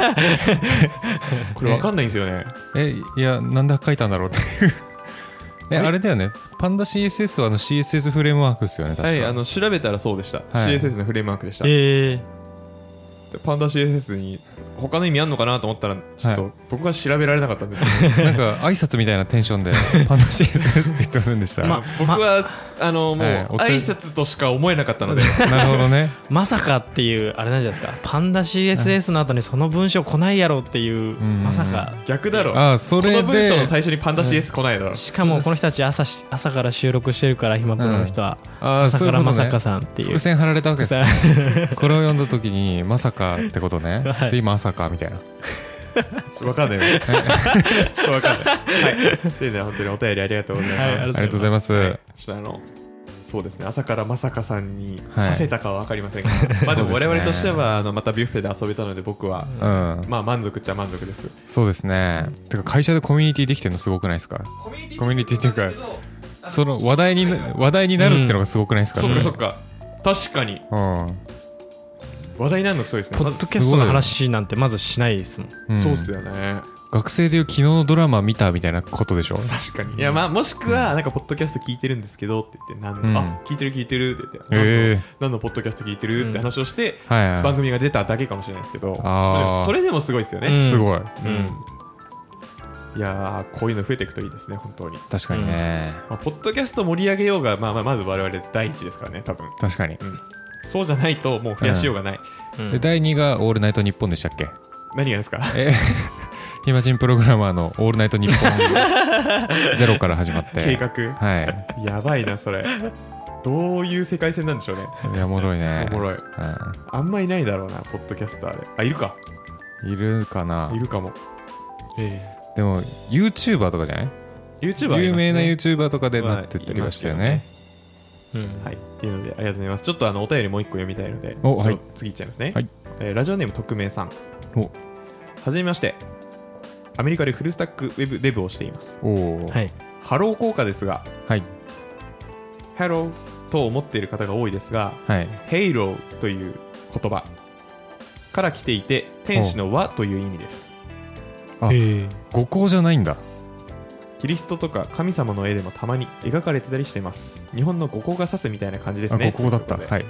これ分かんないんですよね。 いや、なんで書いたんだろうっていうあれだよね。パンダ CSS はCSS フレームワークですよね。確か。 はい、調べたらそうでした。 はい、 CSS のフレームワークでした。パンダ CSS に他の意味あんのかなと思ったらちょっと僕が調べられなかったんですけど、 なんか挨拶みたいなテンションでパンダ CSS って言ってませんでした？ 僕はもう挨拶としか思えなかったのでなるほどね。 まさかっていうあれなんじゃないですか。パンダ CSS の後にその文章来ないやろっていう、まさか逆だろ。 それでこの文章の最初にパンダ CS 来ないだろ。 しかもこの人たち朝から収録してるから、暇プロの人は朝からまさかさんっていう伏線張られたわけですね。これを読んだ時にまさかってことね。で今朝かみたいな。 わかんないよ。ちょっとわかんない。はい。でね、本当にお便りありがとうございます。 ありがとうございます。 ちょっとそうですね。朝からまさかさんにさせたかはわかりませんが、まあでも我々としてはまたビュッフェで遊べたので僕はまあ満足っちゃ満足です。 そうですね。てか会社でコミュニティできてるのすごくないですか？コミュニティっていうかその話題になるってのがすごくないですか？ そっかそっか。確かに。話題になるのそうですね。 ポッドキャストの話なんてまずしないですもん。 そうっすよね。 学生でいう昨日のドラマ見たみたいなことでしょ。 確かに。いやまあもしくはなんかポッドキャスト聞いてるんですけどって言って聞いてるって言って何のポッドキャスト聞いてるって話をして番組が出ただけかもしれないですけど、それでもすごいですよね。 すごい。 いやこういうの増えていくといいですね本当に。 確かにね。 ポッドキャスト盛り上げようがまず我々第一ですからね多分。 確かに。 そうじゃないともう増やしようがない。 で第2がオールナイトニッポンでしたっけ？ 何がですか？ 暇人プログラマーのオールナイトニッポンゼロから始まって計画。 はい。 やばいなそれ。どういう世界線なんでしょうね。 いやおもろいね。 おもろい。あんまいないだろうなポッドキャスターで。あいるか。 いるかな。 いるかも。 でも YouTuber とかじゃない？ YouTuber 有名な YouTuber とかでなってったりはしたよね。 はい、っていうのでありがとうございます。ちょっとお便りもう一個読みたいので、次いっちゃいますね。ラジオネーム匿名さん。はじめまして。アメリカでフルスタックウェブデブをしています。ハロー効果ですが、ハローと思っている方が多いですが、ヘイローという言葉から来ていて、天使の輪という意味です。 語効じゃないんだ。 キリストとか神様の絵でもたまに描かれてたりしています。日本の語効が指すみたいな感じですね。 語効だった。はい。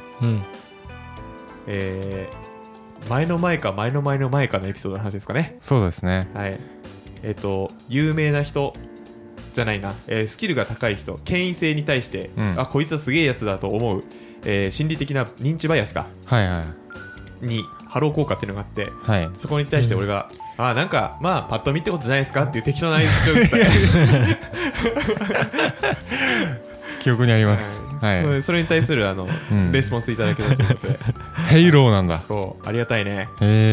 前の前か前の前の前かのエピソードの話ですかね。 そうですね。 はい。有名な人じゃないな、スキルが高い人、権威性に対して、こいつはすげえやつだと思う、心理的な認知バイアスか。にハロー効果っていうのがあって、そこに対して俺が、なんかまあパッと見ってことじゃないですかっていう適当な相槌を打った記憶にあります。 それに対するレスポンスいただけたということで。 ヘイローなんだ。 そうありがたいね。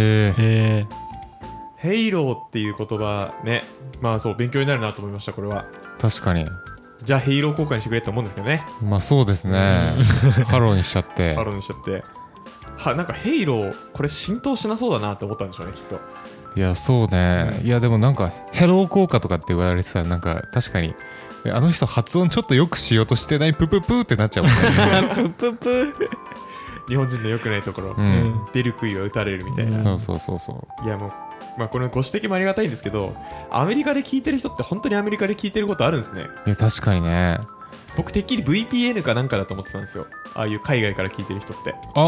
ヘイローっていう言葉ね、まあそう勉強になるなと思いました。これは確かに。 じゃあヘイロー効果にしてくれって思うんですけどね。 まあそうですね。ハローにしちゃってハローにしちゃってなんかヘイローこれ浸透しなそうだなって思ったんでしょうねきっと。 いやそうね、いやでもなんかヘロー効果とかって言われてたらなんか確かにあの人発音ちょっとよくしようとしてないプププってなっちゃうもんね。プププ日本人の良くないところ、出る杭は打たれるみたいな。そういやもうまあこのご指摘もありがたいんですけど、アメリカで聞いてる人って本当にアメリカで聞いてることあるんですね。 いや確かにね。 僕てっきり VPN かなんかだと思ってたんですよ。ああいう海外から聞いてる人って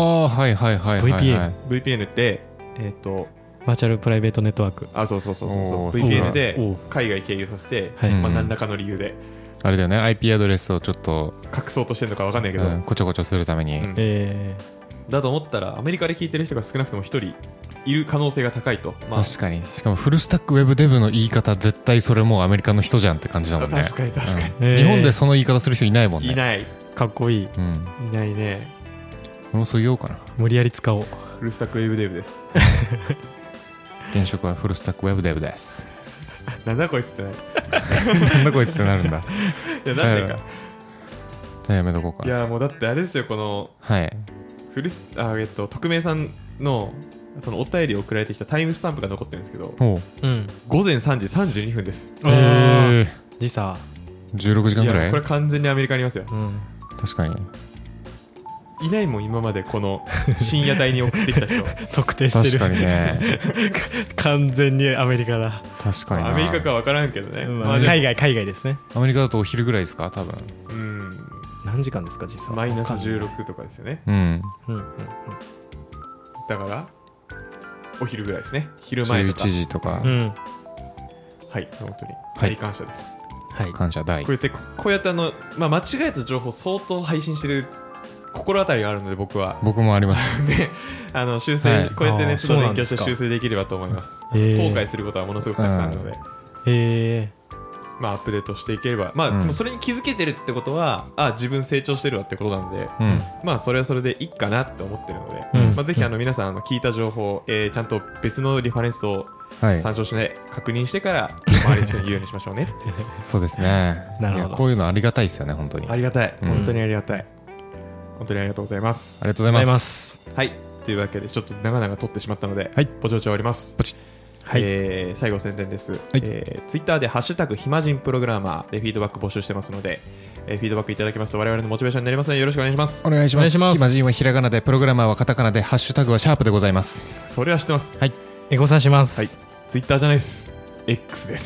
。VPN ってバーチャルプライベートネットワーク。 そう VPN で海外経由させて、何らかの理由であれだよね、 IP アドレスをちょっと隠そうとしてるのか分かんないけど、 こちょこちょするために、 だと思ったらアメリカで聞いてる人が少なくとも1人いる可能性が高いと、 確かに。しかもフルスタックウェブデブの言い方絶対それもうアメリカの人じゃんって感じだもんね。 確かに確かに、 日本でその言い方する人いないもんね。 いない。 かっこいい、 いないね。 俺もそう言おうかな。 無理やり使おう。 フルスタックウェブデブです。 現職はフルスタックウェブデブです。 なんだこいつってなる。 なんだこいつってなるんだ。 いやなんでか。 じゃあやめとこうかな。 いやもうだってあれですよ、この匿名さんのそのお便りを送られてきたタイムスタンプが残ってるんですけど、午前3時32分です。 時差 16時間ぐらい。 これ完全にアメリカにいますよ。 確かにいないもん今までこの深夜帯に送ってきた人特定してる。 確かにね完全にアメリカだ。 確かにアメリカか分からんけどね、 海外ですね。 アメリカだとお昼ぐらいですか多分。 何時間ですか実際。 マイナス16とかですよね。だからお昼ぐらいですね。昼前とか 11時とか。 はい本当に大感謝です。 感謝大。 こうやって間違えた情報相当配信してる心当たりがあるので僕もありますで修正、こうやってね都度勉強して修正できればと思います。後悔することはものすごくたくさんあるので、アップデートしていければ、もうそれに気づけてるってことは自分成長してるわってことなので、それはそれでいいかなって思ってるので、ぜひ皆さん聞いた情報、ちゃんと別のリファレンスを参照して確認してから周りの人に言うようにしましょうねそうですね。いやこういうのありがたいですよね。本当にありがたい、本当にありがたい。本当にありがとうございます。 ありがとうございます。 はい、というわけでちょっと長々とってしまったので、ぼちぼち終わります。最後宣伝です。ツイッターでハッシュタグ暇人プログラマーでフィードバック募集してますので、フィードバックいただけますと我々のモチベーションになりますのでよろしくお願いします。 お願いします。暇人はひらがなで、プログラマーはカタカナで、ハッシュタグはシャープでございます。 それは知ってます。 エゴサします。 ツイッターじゃないです。X です。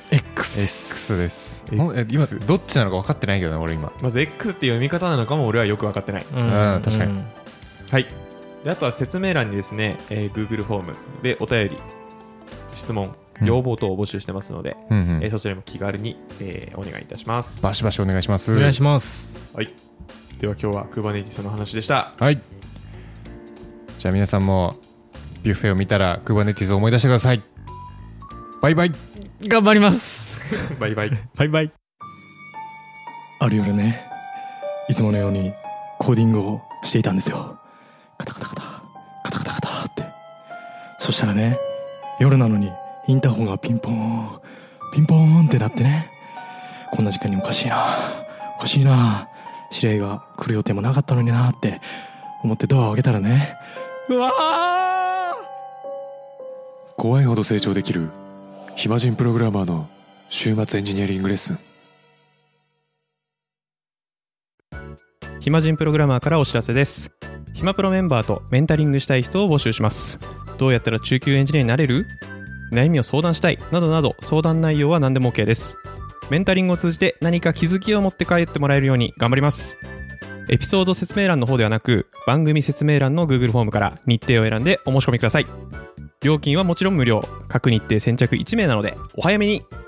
X です。今どっちなのか分かってないけどね俺今。 まず X っていう読み方なのかも俺はよく分かってない。 確かに。 はい。であとは説明欄にですね、Google フォームでお便り、質問、要望等を募集してますので、そちらも気軽に、お願いいたします。 バシバシお願いします。 お願いします。 はい。では今日は Kubernetes の話でした。 はい。じゃあ皆さんもビュッフェを見たら Kubernetes を思い出してください。バイバイ。 頑張りますバイバイバイバイ。 ある夜ね、いつものようにコーディングをしていたんですよ。カタカタカタカタカタカタって。そしたらね、夜なのにインターホンがピンポーンピンポーンってなってね、こんな時間におかしいな知り合いが来る予定もなかったのになって思ってドアを開けたらね、うわー、怖いほど成長できる暇人プログラマーの週末エンジニアリングレッスン。 暇人プログラマーからお知らせです。暇プロメンバーとメンタリングしたい人を募集します。どうやったら中級エンジニアになれる？悩みを相談したいなどなど、相談内容は何でも OK です。メンタリングを通じて何か気づきを持って帰ってもらえるように頑張ります。エピソード説明欄の方ではなく、番組説明欄の Google フォームから日程を選んでお申し込みください。料金はもちろん無料、各日程先着1名なのでお早めに。